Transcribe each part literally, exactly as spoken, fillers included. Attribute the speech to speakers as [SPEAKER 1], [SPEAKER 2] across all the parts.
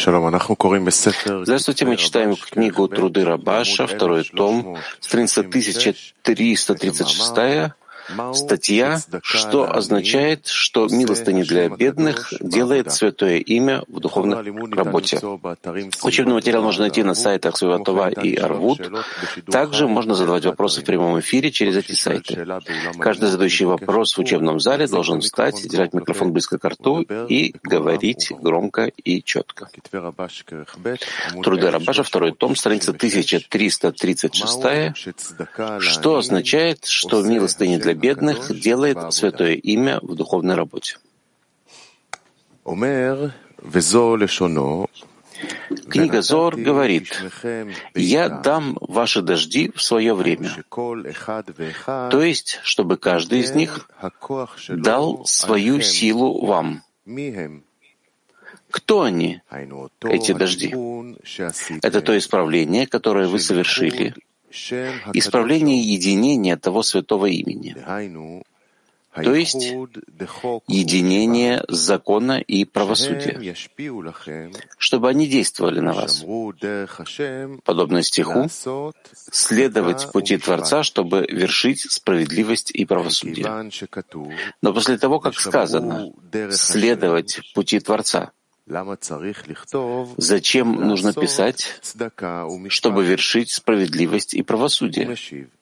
[SPEAKER 1] Здравствуйте, мы читаем книгу «Труды Рабаша», второй том, страница тысяча триста тридцать шесть, статья «Что означает, что милостыня для бедных делает святое имя в духовной работе». Учебный материал можно найти на сайтах Свиватова и Арвут. Также можно задавать вопросы в прямом эфире через эти сайты. Каждый задающий вопрос в учебном зале должен встать, держать микрофон близко к рту и говорить громко и четко. Труды Рабаша, второй том, страница тысяча триста тридцать шесть. Что означает, что милостыня для бедных делает святое имя в духовной работе? Книга Зоар говорит: «Я дам ваши дожди в свое время», то есть, чтобы каждый из них дал свою силу вам. Кто они, эти дожди? Это то исправление, которое вы совершили, исправление единения того святого имени, то есть единение закона и правосудия, чтобы они действовали на вас, подобно стиху, следовать пути Творца, чтобы вершить справедливость и правосудие. Но после того, как сказано «следовать пути Творца», зачем нужно писать, чтобы вершить справедливость и правосудие?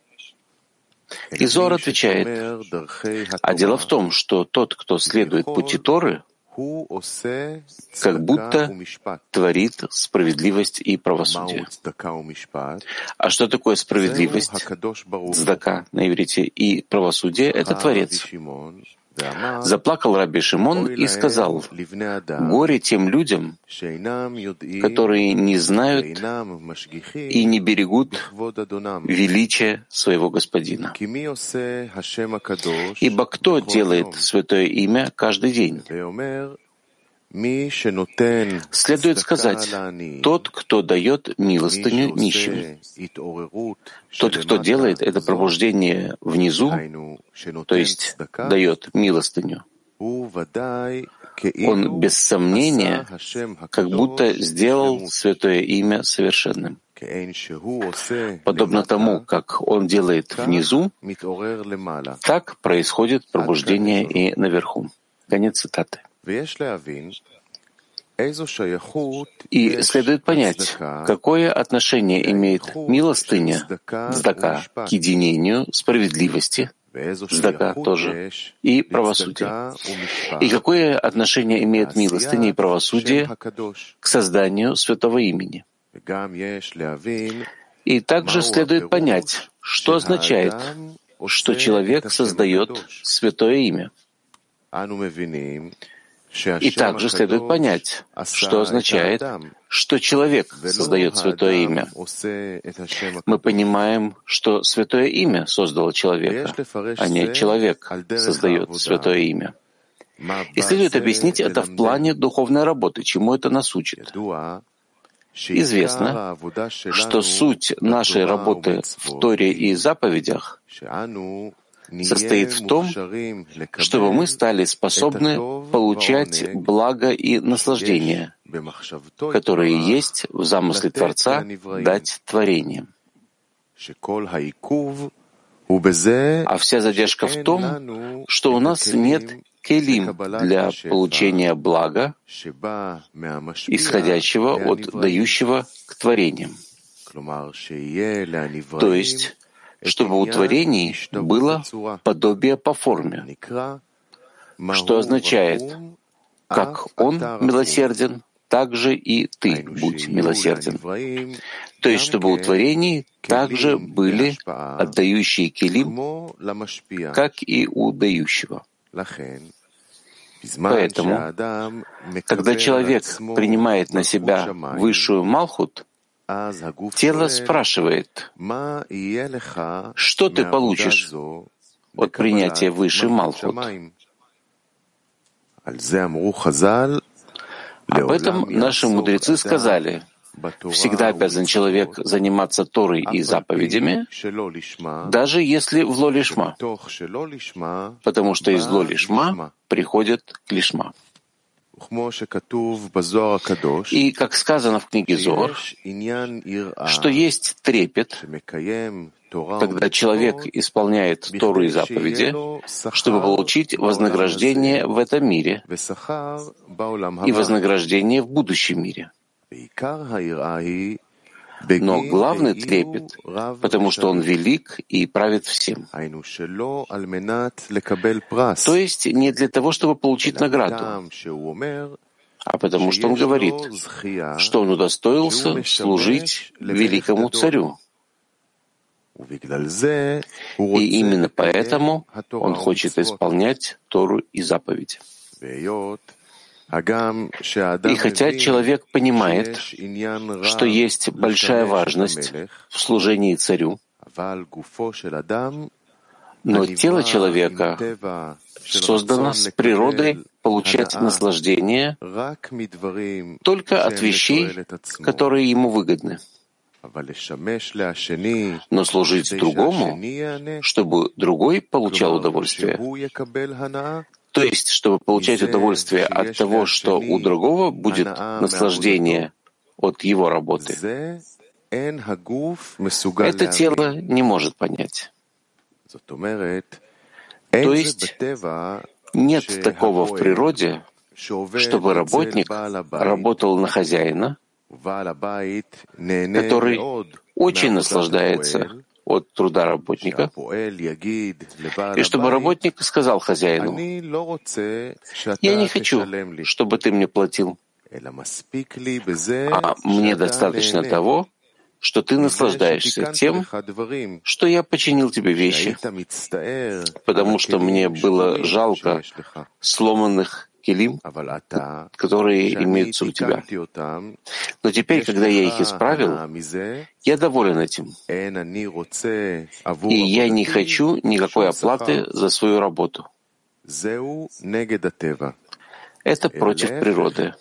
[SPEAKER 1] И Зоар отвечает: а дело в том, что тот, кто следует пути Торы, как будто творит справедливость и правосудие. А что такое справедливость, цдака на иврите, и правосудие — это Творец. Заплакал Рабби Шимон и сказал: «Горе тем людям, которые не знают и не берегут величия своего Господина. Ибо кто делает святое имя каждый день?» Следует сказать: тот, кто дает милостыню нищим. Тот, кто делает это пробуждение внизу, то есть дает милостыню, он без сомнения как будто сделал святое имя совершенным. Подобно тому, как он делает внизу, так происходит пробуждение и наверху. Конец цитаты. И следует понять, какое отношение имеет милостыня, цдака, к единению, справедливости, цдака тоже, и правосудия. И какое отношение имеет милостыня и правосудие к созданию святого имени. И также следует понять, что означает, что человек создает святое имя. И также следует понять, что означает, что человек создает святое имя. Мы понимаем, что святое имя создало человека, а не человек создает святое имя. И следует объяснить это в плане духовной работы, чему это нас учит. Известно, что суть нашей работы в Торе и заповедях состоит в том, чтобы мы стали способны получать благо и наслаждение, которые есть в замысле Творца дать творением. А вся задержка в том, что у нас нет келим для получения блага, исходящего от дающего к творениям. То есть, чтобы у творений было подобие по форме, что означает: как он милосерден, так же и ты будь милосерден. То есть, чтобы у творений также были отдающие келим, как и у дающего. Поэтому, когда человек принимает на себя высшую малхут, тело спрашивает: что ты получишь от принятия высшей малхут? Об этом наши мудрецы сказали: всегда обязан человек заниматься Торой и заповедями, даже если в ло-лишма, потому что из ло-лишма приходит к лишма. И, как сказано в книге Зоар, что есть трепет, когда человек исполняет Тору и заповеди, чтобы получить вознаграждение в этом мире и вознаграждение в будущем мире. Но главный трепет, потому что он велик и правит всем. То есть не для того, чтобы получить награду, а потому что он говорит, что он удостоился служить великому царю. И именно поэтому он хочет исполнять Тору и заповеди. И хотя человек понимает, что есть большая важность в служении царю, но тело человека создано с природой получать наслаждение только от вещей, которые ему выгодны. Но служить другому, чтобы другой получал удовольствие, то есть, чтобы получать удовольствие от того, что у другого будет наслаждение от его работы, это тело не может понять. То есть, нет такого в природе, чтобы работник работал на хозяина, который очень наслаждается от труда работника, и чтобы работник сказал хозяину: «Я не хочу, чтобы ты мне платил, а мне достаточно того, что ты наслаждаешься тем, что я починил тебе вещи, потому что мне было жалко сломанных килим, которые имеются у тебя. Но теперь, когда я их исправил, я доволен этим. И я не хочу никакой оплаты за свою работу». Это против природы.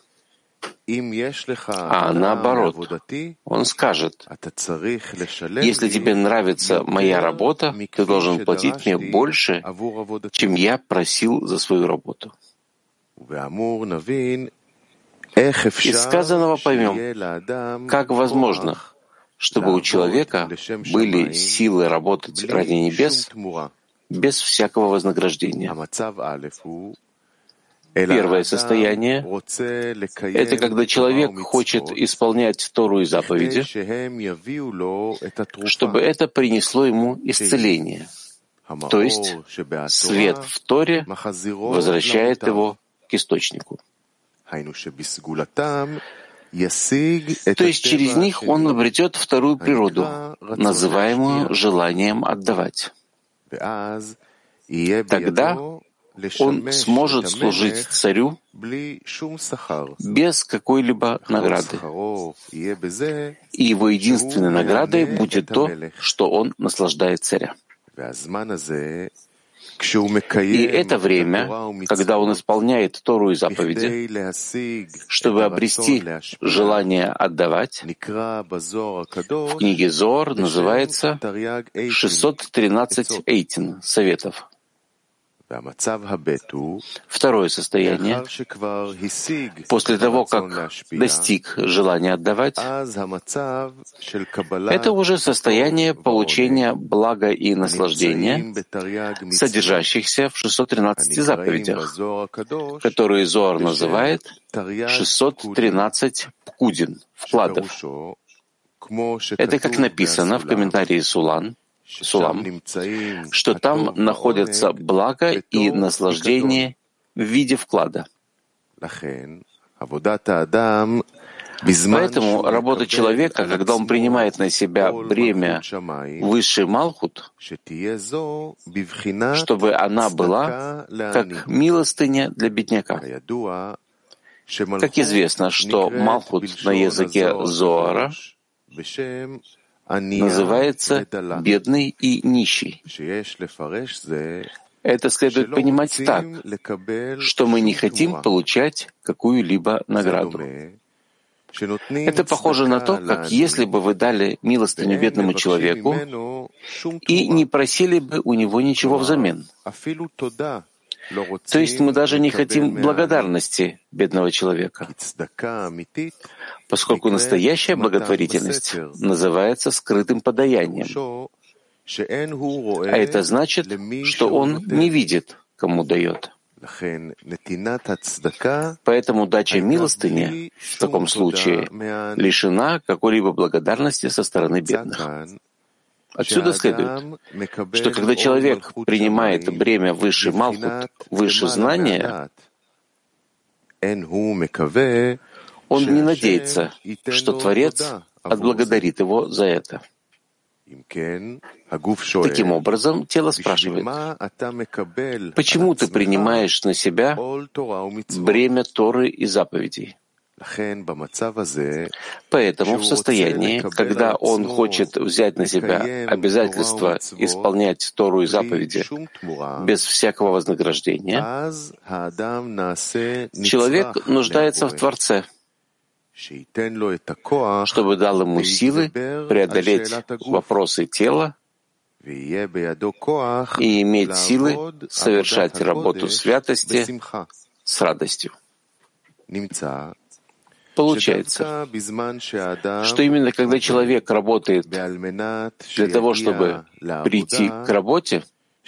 [SPEAKER 1] А наоборот, он скажет: «Если тебе нравится моя работа, ты должен платить мне больше, чем я просил за свою работу». Из сказанного поймем, как возможно, чтобы у человека были силы работать ради небес без всякого вознаграждения. Первое состояние — это когда человек хочет исполнять Тору и заповеди, чтобы это принесло ему исцеление. То есть свет в Торе возвращает его к источнику. То есть через них он обретет вторую природу, называемую желанием отдавать. Тогда он сможет служить царю без какой-либо награды. И его единственной наградой будет то, что он наслаждает царя. И это время, когда он исполняет Тору и заповеди, чтобы обрести желание отдавать, в книге Зоар называется шестьсот тринадцать эйтин, советов. Второе состояние, после того, как достиг желания отдавать, это уже состояние получения блага и наслаждения, содержащихся в шестьсот тринадцати заповедях, которые Зоар называет шестьсот тринадцать пкудин, вкладов. Это как написано в комментарии Сулан, Сулам, что там находятся благо и наслаждение в виде вклада. Поэтому работа человека, когда он принимает на себя бремя высший Малхут, чтобы она была как милостыня для бедняка. Как известно, что Малхут на языке Зоара называется «бедный и нищий». Это следует понимать так, что мы не хотим получать какую-либо награду. Это похоже на то, как если бы вы дали милостыню бедному человеку и не просили бы у него ничего взамен. То есть мы даже не хотим благодарности бедного человека, поскольку настоящая благотворительность называется скрытым подаянием. А это значит, что он не видит, кому дает. Поэтому дача милостыни в таком случае лишена какой-либо благодарности со стороны бедных. Отсюда следует, что когда человек принимает бремя выше Малхут, выше знания, он не надеется, что Творец отблагодарит его за это. Таким образом, тело спрашивает: почему ты принимаешь на себя бремя Торы и заповедей? Поэтому в состоянии, когда он хочет взять на себя обязательство исполнять Тору и заповеди без всякого вознаграждения, человек нуждается в Творце, чтобы дал ему силы преодолеть вопросы тела и иметь силы совершать работу святости с радостью. Получается, что именно когда человек работает для того, чтобы прийти к работе,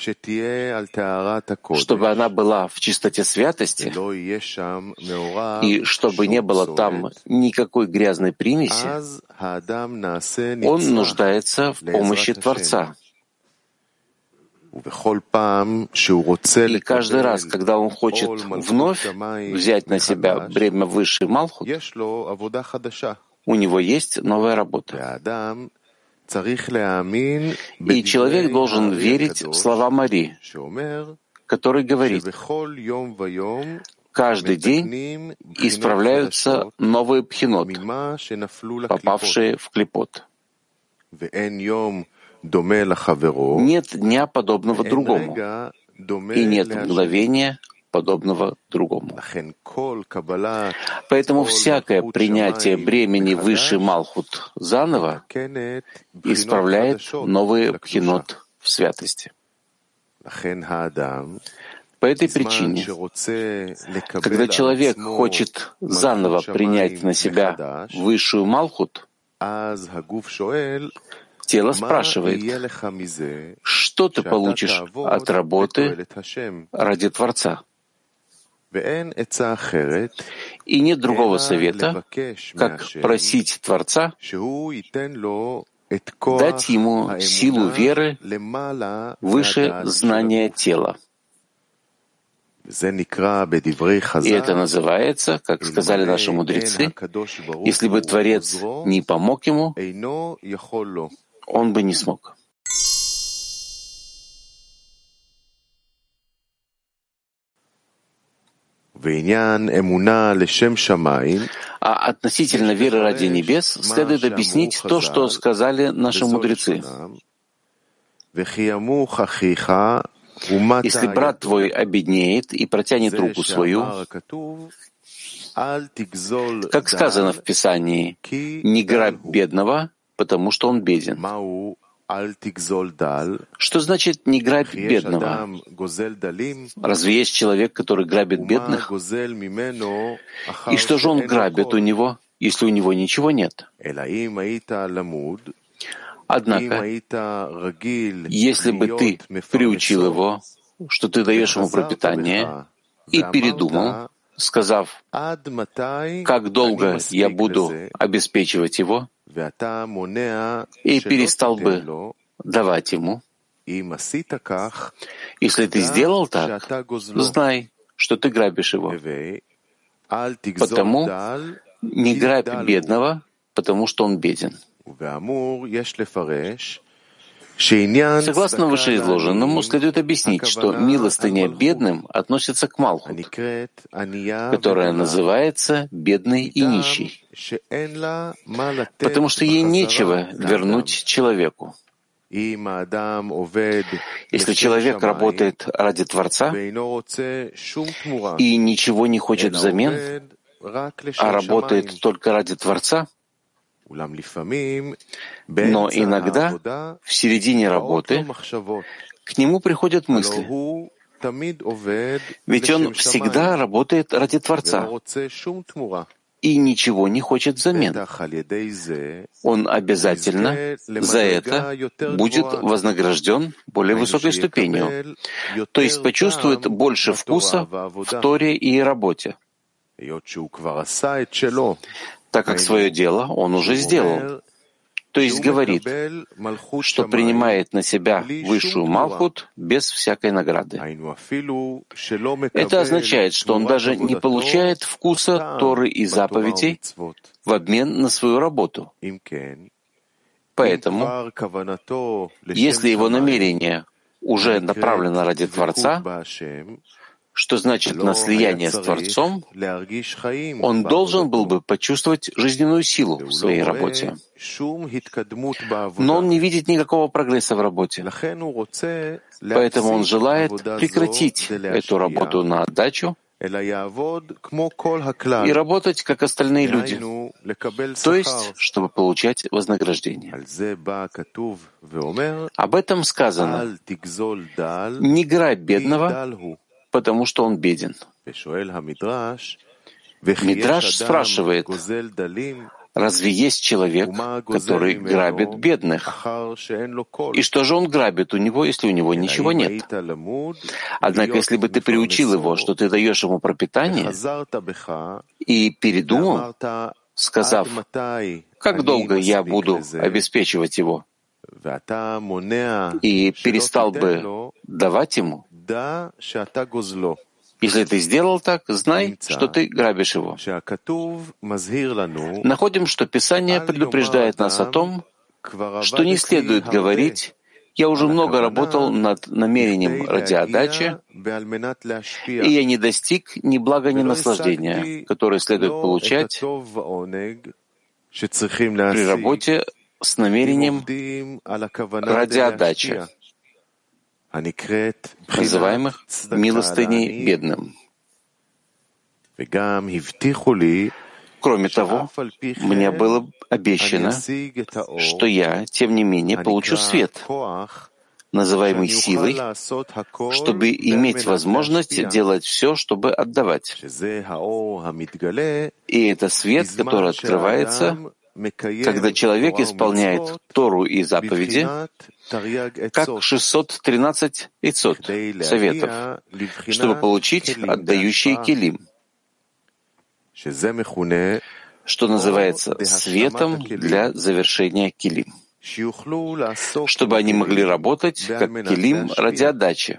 [SPEAKER 1] чтобы она была в чистоте святости, и чтобы не было там никакой грязной примеси, он нуждается в помощи Творца. И каждый раз, когда он хочет вновь взять на себя бремя высшей Малхут, у него есть новая работа. И человек должен верить в слова Мари, который говорит: каждый день исправляются новые пхинот, попавшие в клипот. Нет дня подобного другому, и нет мгновения подобного другому. Поэтому всякое принятие бремени высшей Малхут заново исправляет новые пхинот в святости. По этой причине, когда человек хочет заново принять на себя высшую Малхут, тело спрашивает: что ты получишь от работы ради Творца? И нет другого совета, как просить Творца дать ему силу веры выше знания тела. И это называется, как сказали наши мудрецы, если бы Творец не помог ему, он бы не смог. А относительно веры ради небес следует объяснить то, что сказали наши мудрецы. Если брат твой обеднеет и протянет руку свою, как сказано в Писании, не грабь бедного, потому что он беден. Что значит «не грабь бедного»? Разве есть человек, который грабит бедных? И что же он грабит у него, если у него ничего нет? Однако, если бы ты приучил его, что ты даешь ему пропитание, и передумал, сказав: «Как долго я буду обеспечивать его?» и перестал бы давать ему. Если ты сделал так, знай, что ты грабишь его. Потому не грабь бедного, потому что он беден. Согласно вышеизложенному, следует объяснить, что милостыня бедным относится к Малхут, которая называется бедной и нищей, потому что ей нечего вернуть человеку. Если человек работает ради Творца и ничего не хочет взамен, а работает только ради Творца, но иногда в середине работы к нему приходят мысли: Ведь он всегда работает ради Творца и ничего не хочет взамен. Он обязательно за это будет вознагражден более высокой ступенью, то есть почувствует больше вкуса в Торе и работе, так как свое дело он уже сделал. То есть говорит, что принимает на себя высшую Малхут без всякой награды. Это означает, что он даже не получает вкуса Торы и заповедей в обмен на свою работу. Поэтому, если его намерение уже направлено ради Творца, что значит на слияние с Творцом, он должен был бы почувствовать жизненную силу в своей работе. Но он не видит никакого прогресса в работе. Поэтому он желает прекратить эту работу на отдачу и работать, как остальные люди, то есть, чтобы получать вознаграждение. Об этом сказано: «Не грабь бедного, потому что он беден». Мидраш спрашивает, разве есть человек, который грабит бедных? И что же он грабит у него, если у него ничего нет? Однако, если бы ты приучил его, что ты даешь ему пропитание, и передумал, сказав, как долго я буду обеспечивать его, и перестал бы давать ему, если ты сделал так, знай, что ты грабишь его. Находим, что Писание предупреждает нас о том, что не следует говорить: «Я уже много работал над намерением ради отдачи, и я не достиг ни блага, ни наслаждения, которые следует получать при работе с намерением ради отдачи, называемых милостыней бедным». Кроме того, мне было обещано, что я, тем не менее, получу свет, называемый силой, чтобы иметь возможность делать все, чтобы отдавать. И это свет, который открывается, когда человек исполняет Тору и заповеди, как шестьсот тринадцать эйцот, советов, чтобы получить отдающие килим, что называется светом для завершения килим, чтобы они могли работать как килим ради отдачи.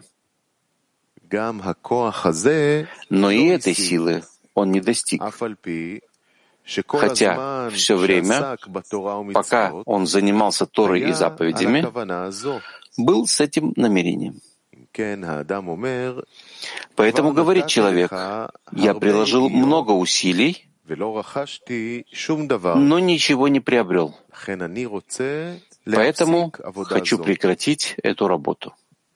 [SPEAKER 1] Но и этой силы он не достиг. Хотя все время, пока он занимался Торой и заповедями, был с этим намерением. Поэтому говорит человек: «Я приложил много усилий, но ничего не приобрел. Поэтому хочу прекратить эту работу».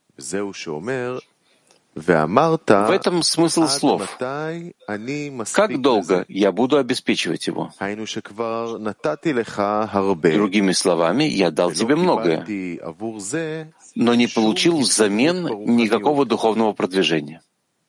[SPEAKER 1] В этом смысл слов. Как долго я буду обеспечивать его? Другими словами, я дал тебе многое, но не получил взамен никакого духовного продвижения.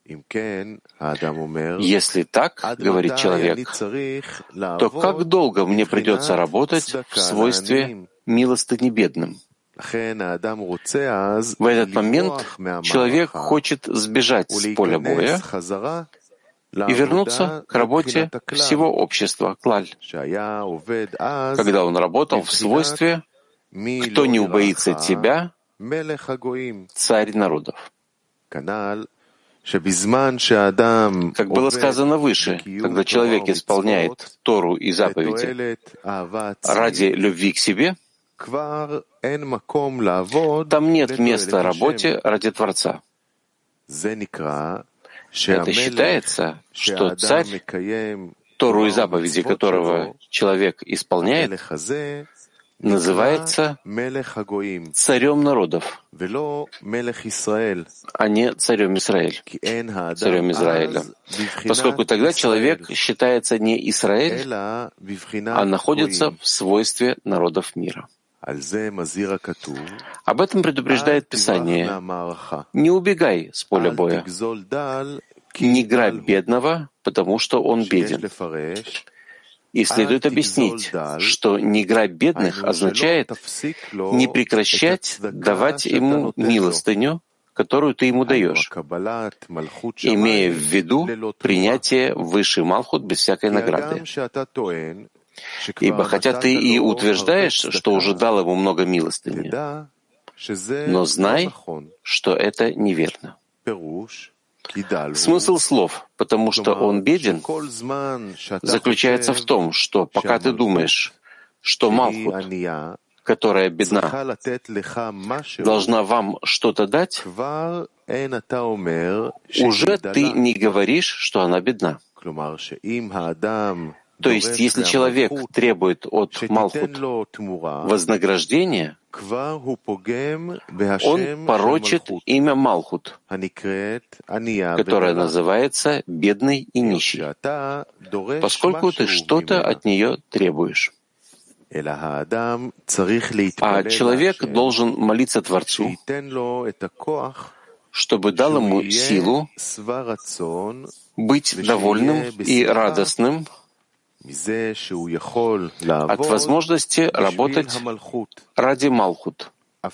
[SPEAKER 1] Если так, говорит человек, то как долго мне придется работать в свойстве милостыни бедным? В этот момент человек хочет сбежать с поля боя и вернуться к работе всего общества, клаль, когда он работал в свойстве «Кто не убоится тебя, царь народов». Как было сказано выше, когда человек исполняет Тору и заповеди ради любви к себе, там нет места работе ради Творца. Это считается, что царь, Тору и заповеди которого человек исполняет, называется царем народов, а не царем Израиль, царем Израиля, поскольку тогда человек считается не Израиль, а находится в свойстве народов мира. Об этом предупреждает Писание. Не убегай с поля боя. Не грабь бедного, потому что он беден. И следует объяснить, что «не грабь бедных» означает не прекращать давать ему милостыню, которую ты ему даешь, имея в виду принятие высшей Малхут без всякой награды. Ибо хотя ты и утверждаешь, что уже дал ему много милостыни, но знай, что это неверно. Смысл слов «потому что он беден» заключается в том, что пока ты думаешь, что Малхут, которая бедна, должна вам что-то дать, уже ты не говоришь, что она бедна. То есть, если человек требует от Малхут вознаграждения, он порочит имя Малхут, которое называется бедный и нищий, поскольку ты что-то от нее требуешь. А человек должен молиться Творцу, чтобы дал ему силу быть довольным и радостным от возможности работать ради Малхут,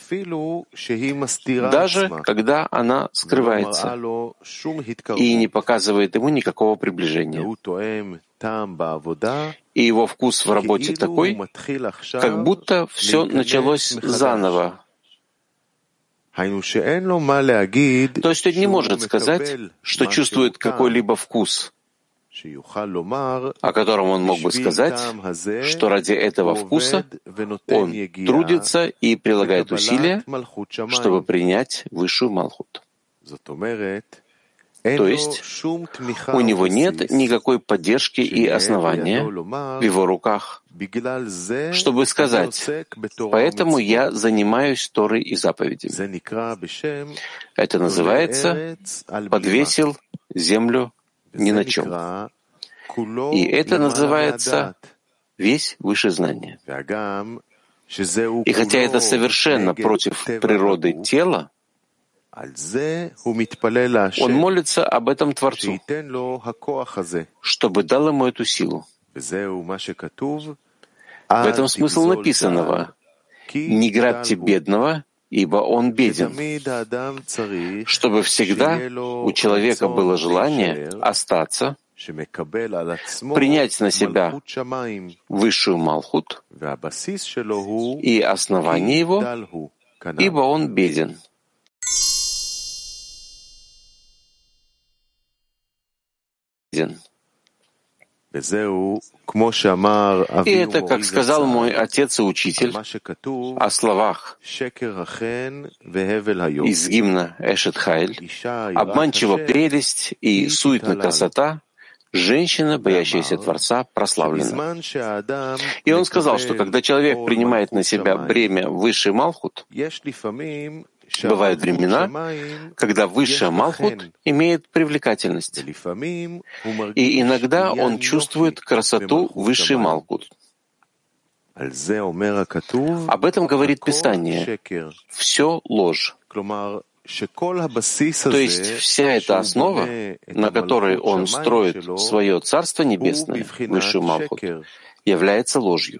[SPEAKER 1] даже когда она скрывается и не показывает ему никакого приближения. И его вкус в работе такой, как будто все началось заново. То есть он не может сказать, что чувствует какой-либо вкус, о котором он мог бы сказать, что ради этого вкуса он трудится и прилагает усилия, чтобы принять высшую Малхут. То есть у него нет никакой поддержки и основания в его руках, чтобы сказать: «Поэтому я занимаюсь Торой и заповедями». Это называется «подвесил землю ни на чем». И это называется весь выше знания. И хотя это совершенно против природы тела, он молится об этом Творцу, чтобы дал ему эту силу. В этом смысл написанного: «Не грабьте бедного, ибо он беден», чтобы всегда у человека было желание остаться, принять на себя высшую Малхут, и основание его, ибо он беден. И это, как сказал мой отец и учитель о словах из гимна Эшет Хайль: «Обманчива прелесть и суетна красота, женщина, боящаяся Творца, прославлена». И он сказал, что когда человек принимает на себя бремя высшей Малхут, бывают времена, когда высшая Малхут имеет привлекательность, и иногда он чувствует красоту высшей Малхут. Об этом говорит Писание: «Все ложь». То есть вся эта основа, на которой он строит свое Царство Небесное, высшую Малхут, является ложью.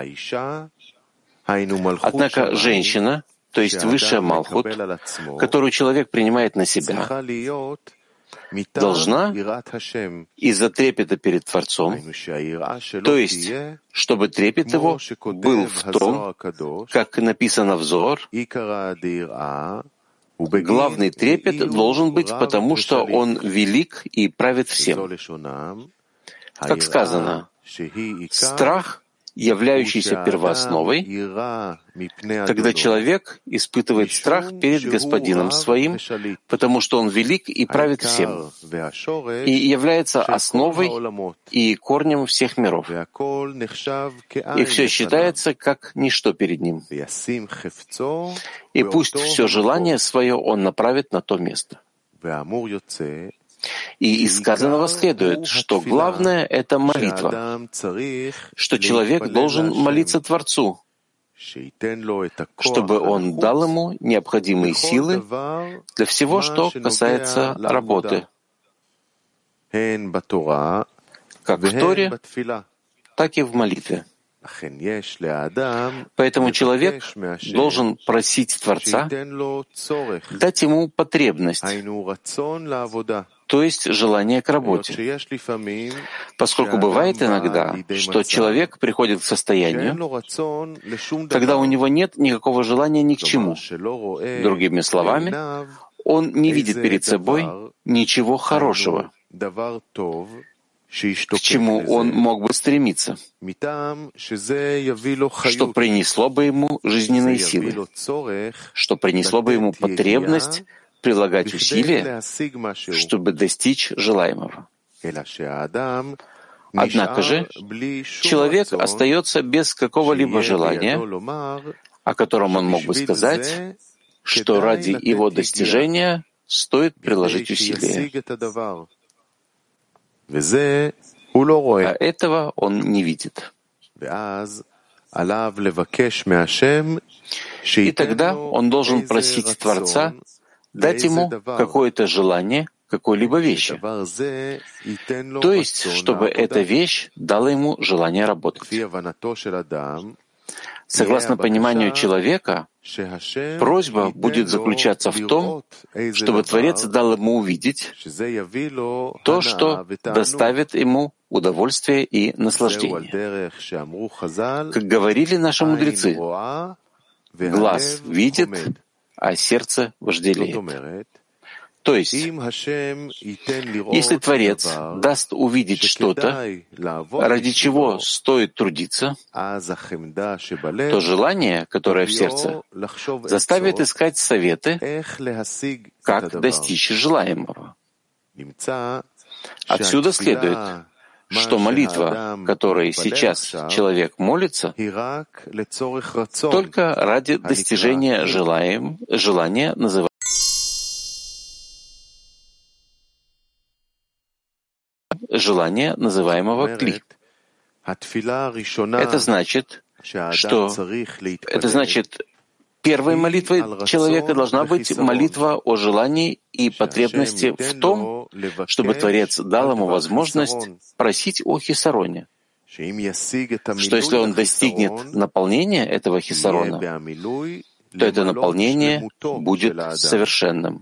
[SPEAKER 1] Однако женщина, то есть высшая Малхут, которую человек принимает на себя, должна из-за трепета перед Творцом, то есть чтобы трепет его был в том, как написано в Зоар, главный трепет должен быть, потому что он велик и правит всем. Как сказано, страх, являющийся первоосновой, когда человек испытывает страх перед Господином своим, потому что он велик и правит всем, и является основой и корнем всех миров. И все считается как ничто перед ним. И пусть все желание свое он направит на то место. И из сказанного следует, что главное — это молитва, что человек должен молиться Творцу, чтобы он дал ему необходимые силы для всего, что касается работы, как в Торе, так и в молитве. Поэтому человек должен просить Творца дать ему потребность, то есть желание к работе. Поскольку бывает иногда, что человек приходит к состоянию, когда у него нет никакого желания ни к чему. Другими словами, он не видит перед собой ничего хорошего, к чему он мог бы стремиться, что принесло бы ему жизненные силы, что принесло бы ему потребность прилагать усилия, чтобы достичь желаемого. Однако же человек остается без какого-либо желания, о котором он мог бы сказать, что ради его достижения стоит приложить усилия. А этого он не видит. И тогда он должен просить Творца дать ему какое-то желание какой-либо вещи. То есть, чтобы эта вещь дала ему желание работать. Согласно пониманию человека, просьба будет заключаться в том, чтобы Творец дал ему увидеть то, что доставит ему удовольствие и наслаждение. Как говорили наши мудрецы, глаз видит, а сердце вожделеет. То есть, если Творец даст увидеть что-то, ради чего стоит трудиться, то желание, которое в сердце, заставит искать советы, как достичь желаемого. Отсюда следует, что молитва, которой сейчас человек молится, только ради достижения желаем, желания, называемого желания, называемого кли. Это значит, что это значит, первой молитвой человека должна быть молитва о желании и потребности в том, чтобы Творец дал ему возможность просить о хисароне. Что если он достигнет наполнения этого хисарона, то это наполнение будет совершенным.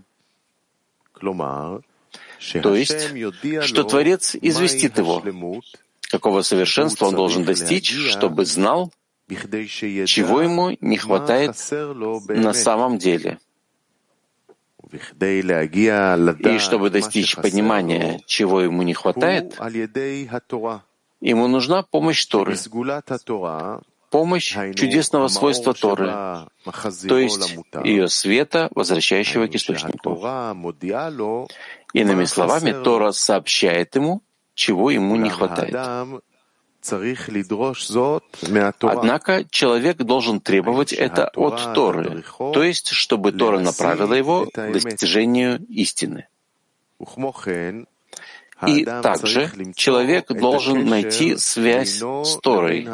[SPEAKER 1] То есть, что Творец известит его, какого совершенства он должен достичь, чтобы знал, чего ему не хватает на самом деле. И чтобы достичь понимания, чего ему не хватает, ему нужна помощь Торы, помощь чудесного свойства Торы, то есть ее света, возвращающего к источнику. Иными словами, Тора сообщает ему, чего ему не хватает. Однако человек должен требовать это от Торы, то есть, чтобы Тора направила его к достижению истины. И также человек должен найти связь с Торой,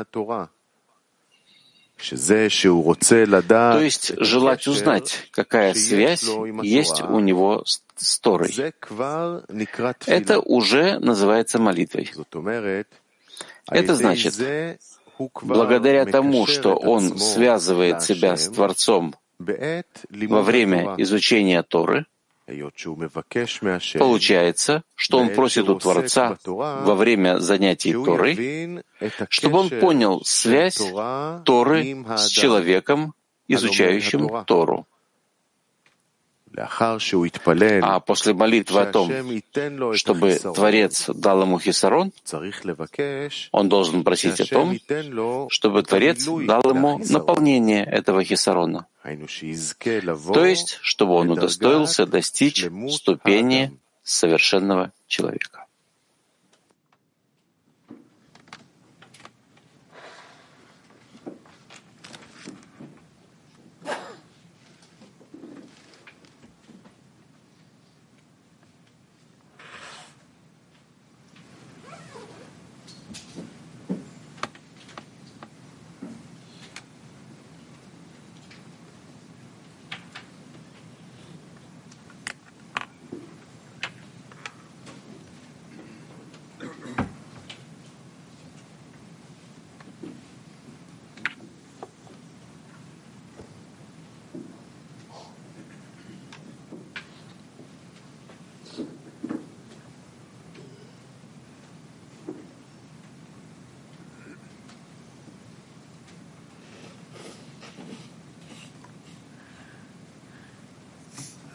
[SPEAKER 1] то есть желать узнать, какая связь есть у него с Торой. Это уже называется молитвой. Это значит, благодаря тому, что он связывает себя с Творцом во время изучения Торы, получается, что он просит у Творца во время занятий Торой, чтобы он понял связь Торы с человеком, изучающим Тору. А после молитвы о том, чтобы Творец дал ему хисарон, он должен просить о том, чтобы Творец дал ему наполнение этого хисарона. То есть, чтобы он удостоился достичь ступени совершенного человека.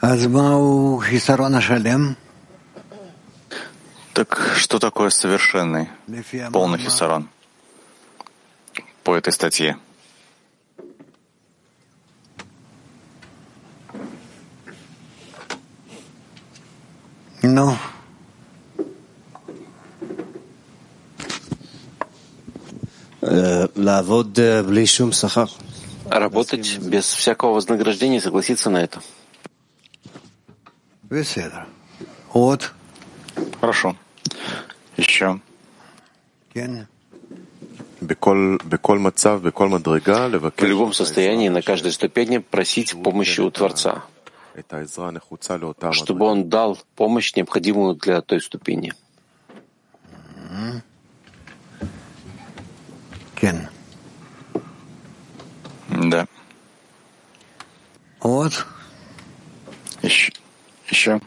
[SPEAKER 2] Так что такое совершенный, полный хисарон по этой статье?
[SPEAKER 3] Ну.
[SPEAKER 1] Работать без всякого вознаграждения и согласиться на это.
[SPEAKER 3] Вот.
[SPEAKER 2] Хорошо. Еще.
[SPEAKER 1] В любом состоянии, на каждой ступени просить помощи у Творца, чтобы Он дал помощь, необходимую для той ступени.
[SPEAKER 2] Да.
[SPEAKER 3] Вот.
[SPEAKER 2] Еще. Еще.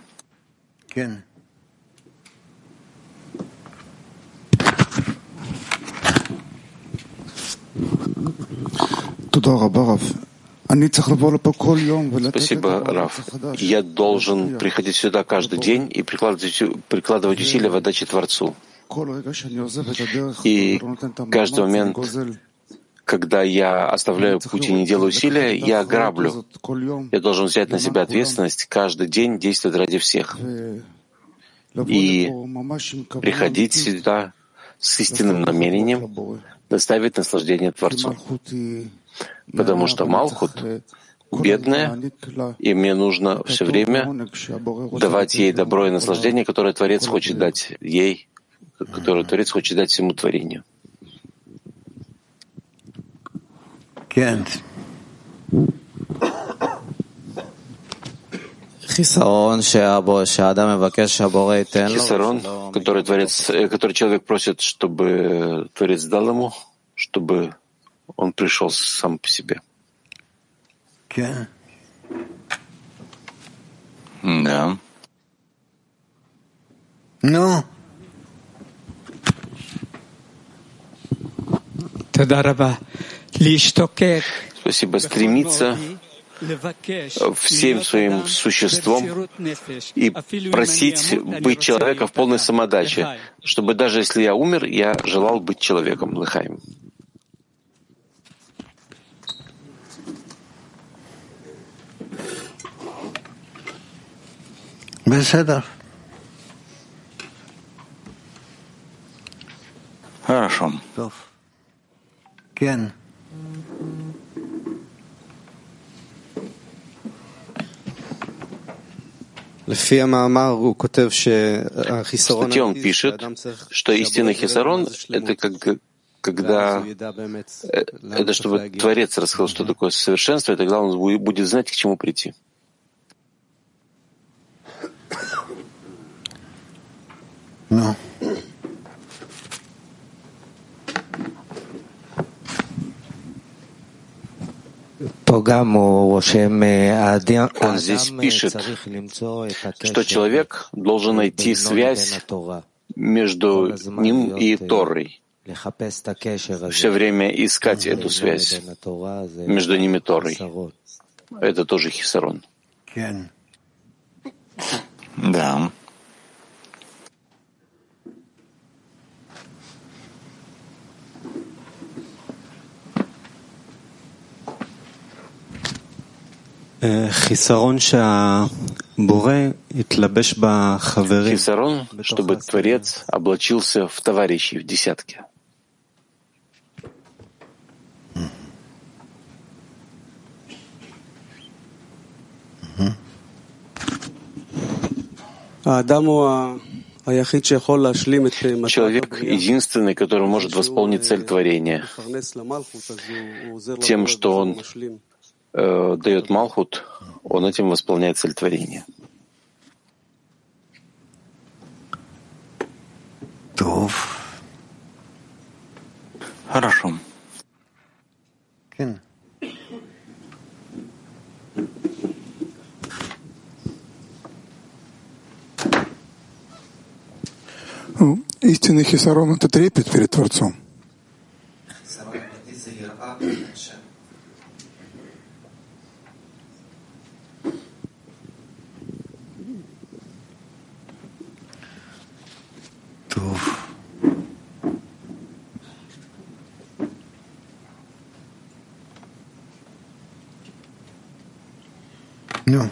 [SPEAKER 1] Спасибо, Рав. Я должен приходить сюда каждый день и прикладывать, прикладывать усилия в отдаче Творцу. И каждый момент, когда я оставляю путь и не делаю усилия, я граблю. Я должен взять на себя ответственность каждый день действовать ради всех. И приходить сюда с истинным намерением доставить наслаждение Творцу. Потому что Малхут бедная, и мне нужно все время давать ей добро и наслаждение, которое Творец хочет дать ей, которое Творец хочет дать всему творению.
[SPEAKER 4] Хисарон,
[SPEAKER 1] который Творец, который человек просит, чтобы Творец дал ему, чтобы он пришел сам по себе.
[SPEAKER 2] Да.
[SPEAKER 3] Ну.
[SPEAKER 1] Спасибо. Стремиться всем своим существом и просить быть человеком в полной самодаче, чтобы даже если я умер, я желал быть человеком. Лыхаим.
[SPEAKER 2] Хорошо.
[SPEAKER 3] Кен.
[SPEAKER 1] В статье он пишет, что истинный хисарон — это как, когда это чтобы Творец рассказал, что такое совершенство, и тогда он будет знать, к чему прийти.
[SPEAKER 3] Ну.
[SPEAKER 1] Он здесь пишет, что человек должен найти связь между ним и Торой. Все время искать эту связь между ними и Торой. Это тоже хисарон.
[SPEAKER 2] Да.
[SPEAKER 4] Хисарон,
[SPEAKER 1] чтобы Творец облачился в товарищей, в десятке. Человек единственный, который может восполнить цель творения тем, что он э, дает Малхут, он этим восполняет цель творения.
[SPEAKER 2] Хорошо.
[SPEAKER 5] Истинный хисарон — это трепет перед Творцом.
[SPEAKER 3] Ну.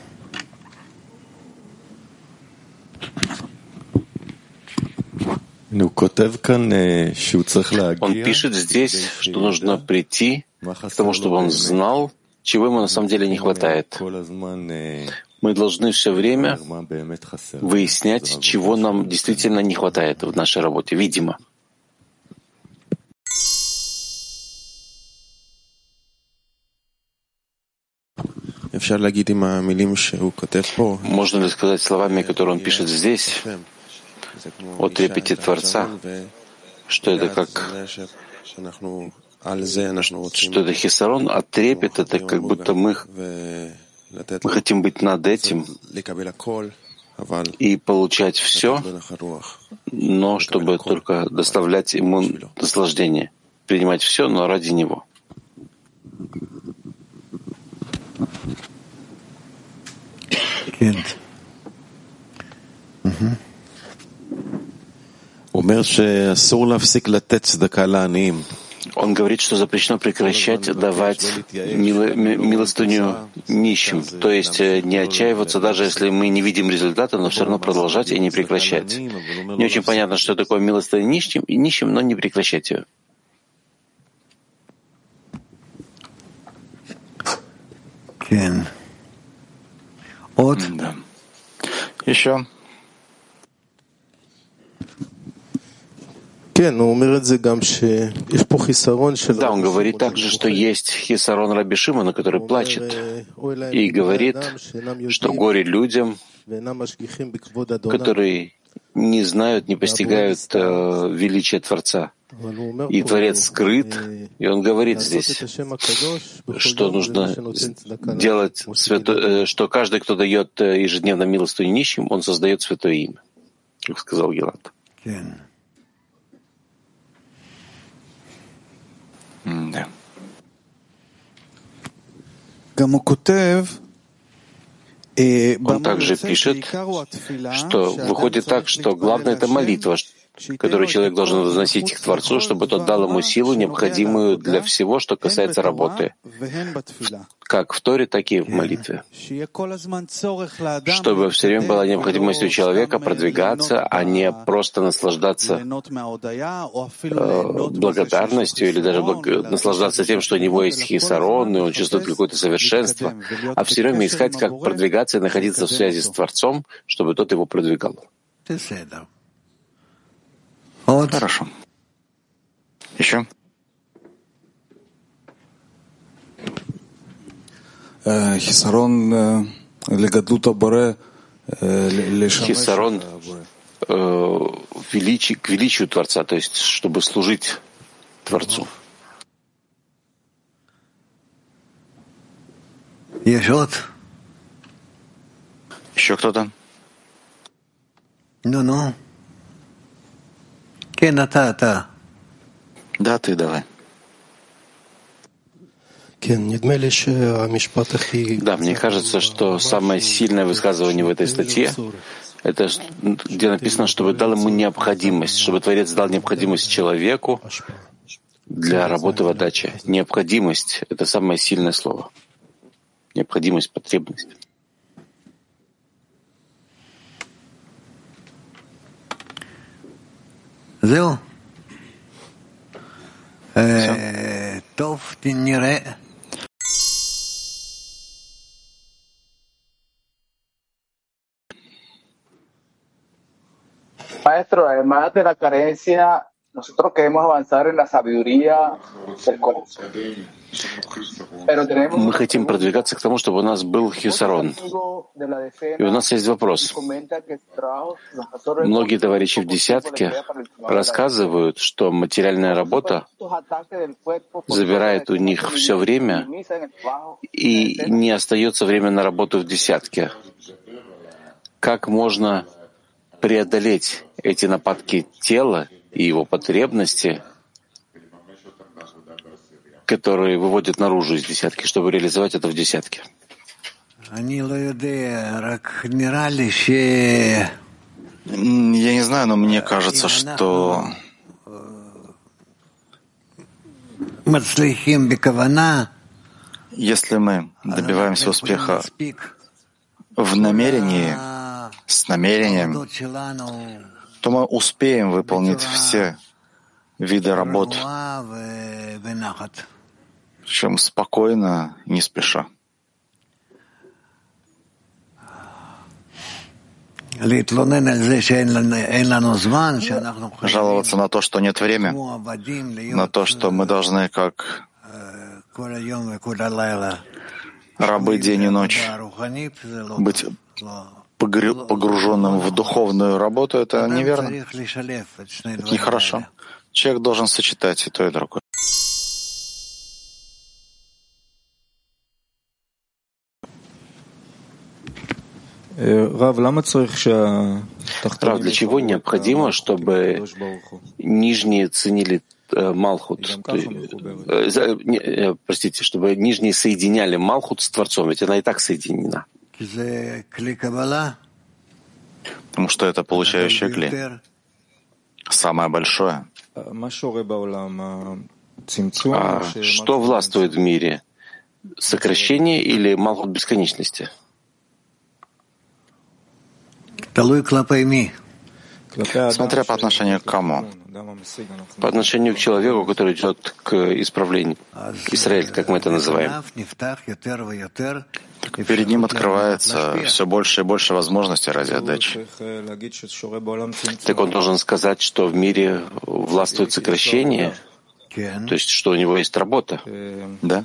[SPEAKER 1] Он пишет здесь, что нужно прийти к тому, чтобы он знал, чего ему на самом деле не хватает. Мы должны все время выяснять, чего нам действительно не хватает в нашей работе, видимо. Можно ли сказать словами, которые он пишет здесь, о трепете Творца, что это как, что это хисарон, а трепет — это как будто мы, мы хотим быть над этим и получать все, но чтобы только доставлять ему наслаждение, принимать все, но ради него. Он говорит, что запрещено прекращать давать мило, милостыню нищим, то есть не отчаиваться, даже если мы не видим результата, но все равно продолжать и не прекращать. Не очень понятно, что такое милостыня нищим, нищим, но не прекращать ее.
[SPEAKER 3] Вот.
[SPEAKER 2] Да. Еще.
[SPEAKER 6] Да, он
[SPEAKER 1] говорит также, что есть хисарон Раби Шимона, который плачет и говорит, что горе людям, которые не знают, не постигают э, величия Творца. И Творец скрыт, и он говорит здесь, что нужно делать, свято... что каждый, кто дает ежедневно милостыню нищим, он создает святое имя, как сказал Гелат.
[SPEAKER 2] Да.
[SPEAKER 1] Он также пишет, что выходит так, что главное — это молитва, которую человек должен возносить к Творцу, чтобы тот дал ему силу, необходимую для всего, что касается работы, как в Торе, так и в молитве. Чтобы все время была необходимость у человека продвигаться, а не просто наслаждаться э, благодарностью или даже благ... наслаждаться тем, что у него есть хисарон, и он чувствует какое-то совершенство, а все время искать, как продвигаться и находиться в связи с Творцом, чтобы тот его продвигал.
[SPEAKER 3] Вот.
[SPEAKER 2] Хорошо. Еще?
[SPEAKER 6] Хисарон
[SPEAKER 1] Хисарон э, величи, к величию Творца, то есть чтобы служить Творцу.
[SPEAKER 3] Еще?
[SPEAKER 2] Еще кто-то?
[SPEAKER 3] Ну-ну. Кена-та-та.
[SPEAKER 2] Да, ты давай.
[SPEAKER 1] Да, мне кажется, что самое сильное высказывание в этой статье — это где написано, чтобы дал ему необходимость, чтобы Творец дал необходимость человеку для работы в отдаче. Необходимость — это самое сильное слово. Необходимость, потребность.
[SPEAKER 3] זהו. טוב, נראה.
[SPEAKER 7] Maestro, además de la carencia, nosotros queremos avanzar en la sabiduría del corazón.
[SPEAKER 1] Мы хотим продвигаться к тому, чтобы у нас был хисарон. И у нас есть вопрос. Многие товарищи в десятке рассказывают, что материальная работа забирает у них все время и не остается время на работу в десятке. Как можно преодолеть эти нападки тела и его потребности, которые выводят наружу из десятки, чтобы реализовать это в десятке?
[SPEAKER 2] Я не знаю, но мне кажется, что если мы добиваемся успеха в намерении, с намерением, то мы успеем выполнить все виды работ, причем спокойно, не спеша. Жаловаться на то, что нет времени, на то, что мы должны, как рабы день и ночь, быть погруженным в духовную работу, это неверно. Это нехорошо. Человек должен сочетать и то, и другое.
[SPEAKER 1] Рав, для чего необходимо, чтобы нижние ценили э, Малхут? Э, э, э, простите, чтобы нижние соединяли Малхут с Творцом, ведь она и так соединена.
[SPEAKER 2] Потому что это получающее кли. Самое большое.
[SPEAKER 1] А что властвует в мире? Сокращение или Малхут бесконечности?
[SPEAKER 2] Смотря по отношению к кому.
[SPEAKER 1] По отношению к человеку, который идет к исправлению. Израиль, как мы это называем.
[SPEAKER 2] Так перед ним открывается все больше и больше возможностей ради отдачи.
[SPEAKER 1] Так он должен сказать, что в мире властвует сокращение, то есть что у него есть работа.
[SPEAKER 2] Да?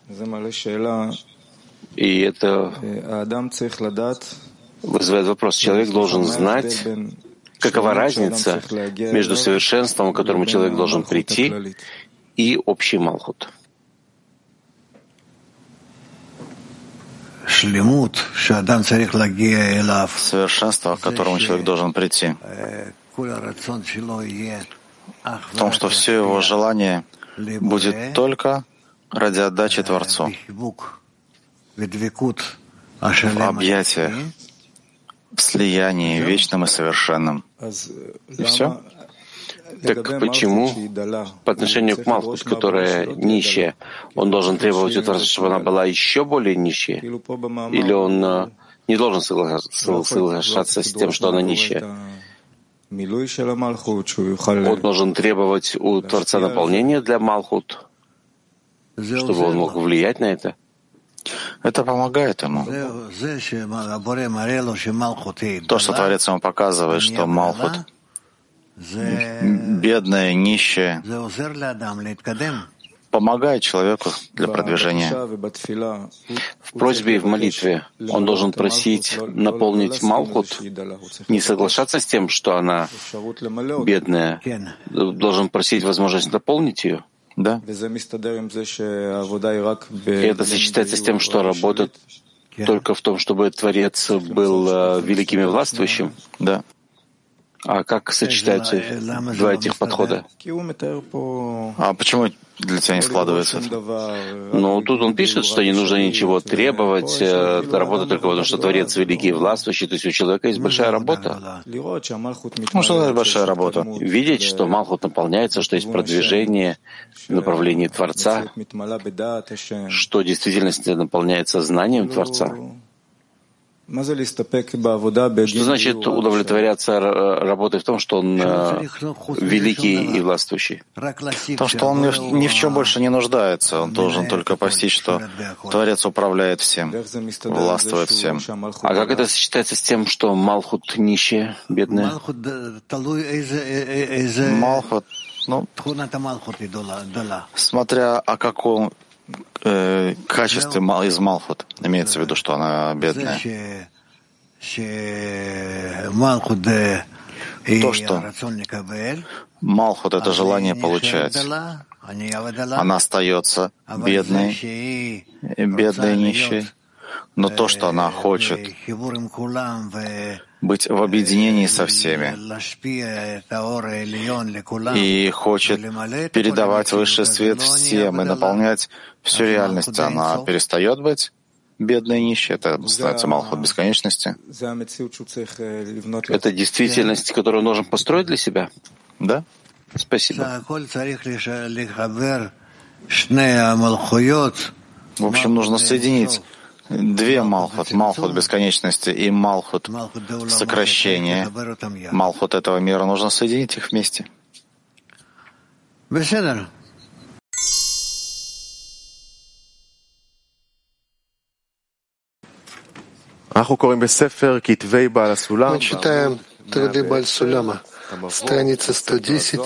[SPEAKER 1] И это вызывает вопрос. Человек должен знать, какова разница между совершенством, к которому человек должен прийти, и общий Малхут.
[SPEAKER 2] Совершенство, к которому человек должен прийти, в том, что все его желание будет только ради отдачи Творцу, в объятиях, в слиянии вечным и совершенным. И все.
[SPEAKER 1] Так почему по отношению к Малхут, которая нищая, он должен требовать у Творца, чтобы она была еще более нищая? Или он э, не должен соглашаться, соглашаться с тем, что она нищая? Он должен требовать у Творца наполнения для Малхут, чтобы он мог влиять на это?
[SPEAKER 2] Это помогает ему. То, что Творец ему показывает, что Малхут бедное, нищее, помогает человеку для продвижения.
[SPEAKER 1] В просьбе и в молитве он должен просить наполнить Малхут, не соглашаться с тем, что она бедная, должен просить возможность наполнить ее.
[SPEAKER 2] Да.
[SPEAKER 1] И это сочетается с тем, что работа только в том, чтобы Творец был uh, великим и властвующим.
[SPEAKER 2] Да.
[SPEAKER 1] А как сочетаются два этих подхода?
[SPEAKER 2] А почему для тебя не складывается это?
[SPEAKER 1] Ну, тут он пишет, что не нужно ничего требовать, работа только потому, что Творец великий и властвующий, то есть у человека есть большая работа.
[SPEAKER 2] Ну, что это большая работа?
[SPEAKER 1] Видеть, что Малхут наполняется, что есть продвижение в направлении Творца, что действительность наполняется знанием Творца. Что значит удовлетворяться работой в том, что он великий и властвующий?
[SPEAKER 2] Потому что он ни в чем больше не нуждается. Он должен только постичь, что Творец управляет всем, властвует всем.
[SPEAKER 1] А как это сочетается с тем, что Малхут нищая, бедная?
[SPEAKER 2] Малхут, ну, смотря о каком э, качестве из Малхут, имеется в виду, что она бедная. То, что Малхут — это желание получать. Она остается бедной, бедной и нищей. Но то, что она хочет быть в объединении со всеми и хочет передавать высший свет всем и наполнять всю реальность, она перестает быть бедной и нищей. Это становится Малхут бесконечности.
[SPEAKER 1] Это действительность, которую нужно построить для себя?
[SPEAKER 2] Да.
[SPEAKER 1] Спасибо.
[SPEAKER 2] В общем, нужно соединить Две Малхут, Малхут бесконечности и Малхут сокращения. Малхут этого мира, нужно соединить их вместе.
[SPEAKER 6] Мы читаем Труды Баль-Суляма, страница сто десять.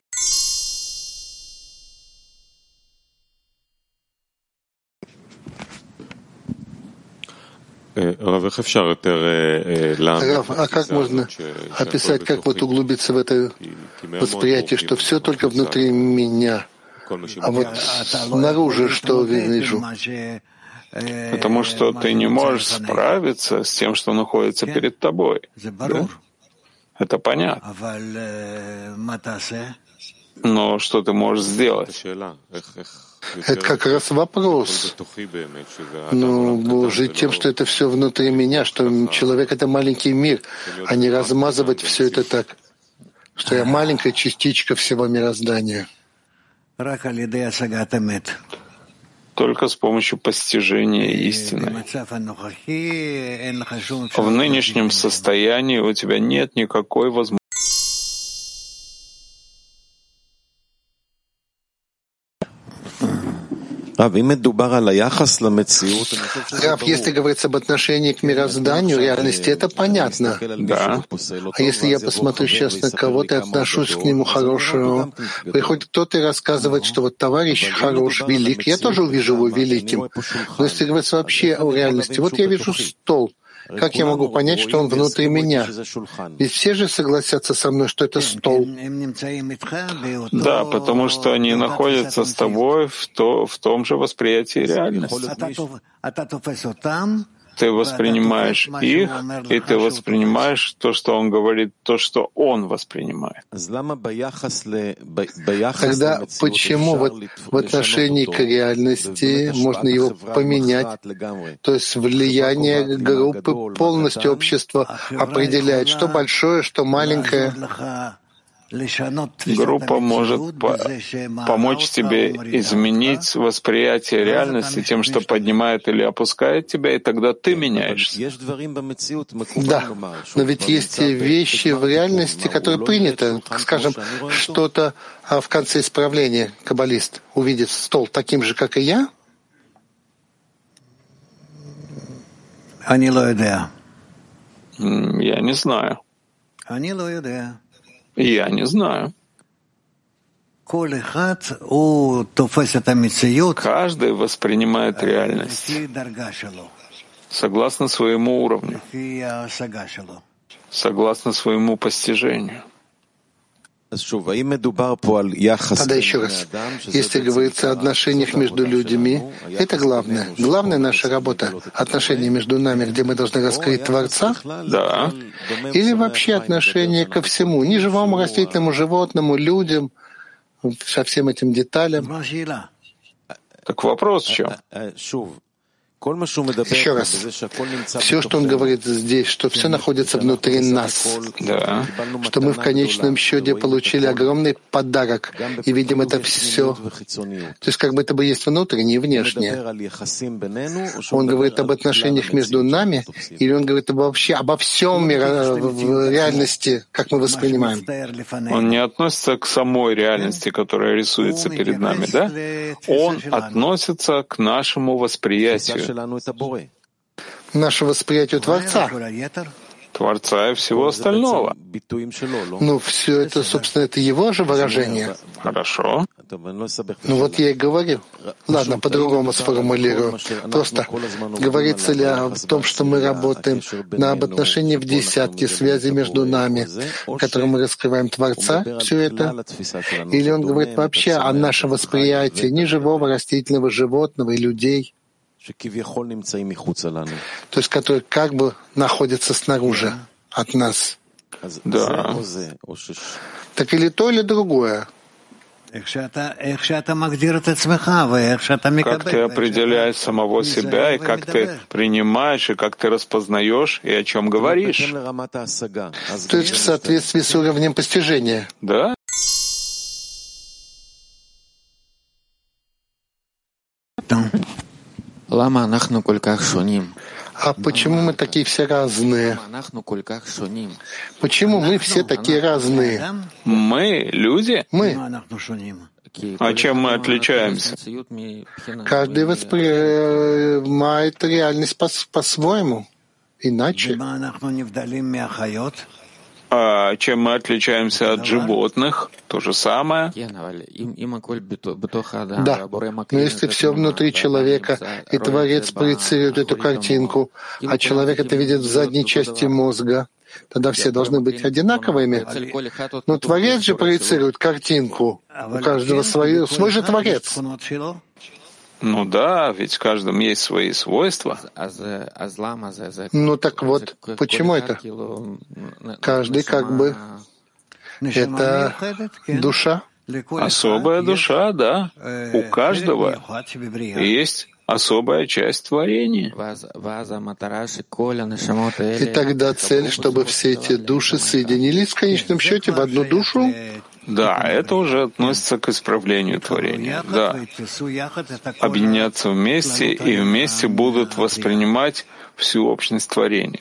[SPEAKER 8] Рав,
[SPEAKER 6] а как можно описать, как вот углубиться в это восприятие, что все только внутри меня, а вот снаружи что вижу?
[SPEAKER 1] Потому что ты не можешь справиться с тем, что находится перед тобой. Да? Это понятно. Но что ты можешь сделать?
[SPEAKER 6] Это как раз вопрос. Ну, жить тем, что это все внутри меня, что человек — это маленький мир, а не размазывать все это так, что я маленькая частичка всего мироздания.
[SPEAKER 1] Только с помощью постижения истины. В нынешнем состоянии у тебя нет никакой возможности.
[SPEAKER 6] Рав, если говорится об отношении к мирозданию, реальности, это понятно.
[SPEAKER 1] Да.
[SPEAKER 6] А если я посмотрю сейчас на кого-то и отношусь к нему хорошего, приходит кто-то и рассказывает, что вот товарищ хорош, велик, я тоже увижу его великим. Но если говорится вообще о реальности, вот я вижу стол. Как я могу понять, что он внутри меня? Ведь все же согласятся со мной, что это стол.
[SPEAKER 1] Да, потому что они находятся с тобой в, то, в том же восприятии реальности. Ты воспринимаешь их, и ты воспринимаешь то, что он говорит, то, что он воспринимает.
[SPEAKER 6] Тогда почему вот в отношении к реальности можно его поменять? То есть влияние группы полностью общества определяет, что большое, что маленькое.
[SPEAKER 1] Группа может по помочь тебе изменить восприятие реальности тем, что поднимает или опускает тебя, и тогда ты меняешься.
[SPEAKER 6] Да, но ведь есть вещи в реальности, которые приняты. Скажем, что-то в конце исправления каббалист увидит стол таким же, как и я.
[SPEAKER 1] Я не знаю. Я не знаю. Каждый воспринимает реальность согласно своему уровню, согласно своему постижению.
[SPEAKER 6] Тогда еще раз, если говорится о отношениях между людьми, это главное. Главная наша работа — отношения между нами, где мы должны раскрыть Творца,
[SPEAKER 1] да.
[SPEAKER 6] Или вообще отношение ко всему, ни живому, растительному, животному, людям, со всем этим деталям.
[SPEAKER 1] Так вопрос в чем?
[SPEAKER 6] Еще раз, все, что он говорит здесь, что все находится внутри нас,
[SPEAKER 1] да.
[SPEAKER 6] Что мы в конечном счете получили огромный подарок и видим это все. То есть как бы это бы есть внутреннее и внешнее. Он говорит об отношениях между нами, или он говорит вообще обо всем мире, в реальности, как мы воспринимаем?
[SPEAKER 1] Он не относится к самой реальности, которая рисуется перед нами, да? Он относится к нашему восприятию.
[SPEAKER 6] Наше восприятие Творца.
[SPEAKER 1] Творца и всего остального.
[SPEAKER 6] Ну, все это, собственно, это его же выражение.
[SPEAKER 1] Хорошо.
[SPEAKER 6] Ну вот я и говорю. Ладно, по-другому сформулирую. Просто говорится ли о том, что мы работаем на об отношении в десятке связи между нами, в котором мы раскрываем Творца, все это? Или он говорит вообще о нашем восприятии ни живого, растительного, животного и людей? То есть, которые как бы находятся снаружи от нас.
[SPEAKER 1] Да.
[SPEAKER 6] Так или то, или другое.
[SPEAKER 1] Как ты определяешь самого себя, и как ты принимаешь, и как ты распознаешь, и о чем говоришь.
[SPEAKER 6] То есть в соответствии с уровнем постижения.
[SPEAKER 1] Да.
[SPEAKER 6] А почему мы такие все разные? Почему мы все такие разные?
[SPEAKER 1] Мы — люди?
[SPEAKER 6] Мы.
[SPEAKER 1] А чем мы отличаемся?
[SPEAKER 6] Каждый воспринимает реальность по-своему, иначе.
[SPEAKER 1] А чем мы отличаемся от животных? То же самое.
[SPEAKER 6] Да, но если все внутри человека, и Творец проецирует эту картинку, а человек это видит в задней части мозга, тогда все должны быть одинаковыми. Но Творец же проецирует картинку. У каждого свой, свой же Творец.
[SPEAKER 1] Ну да, ведь в каждом есть свои свойства.
[SPEAKER 6] Ну так вот, почему это? Каждый как бы это душа.
[SPEAKER 1] Особая душа, да. У каждого есть особая часть творения.
[SPEAKER 6] И тогда цель, чтобы все эти души соединились в конечном счете в одну душу.
[SPEAKER 1] Да, это уже относится к исправлению творения. Да. Объединяться вместе и вместе будут воспринимать всю общность творения.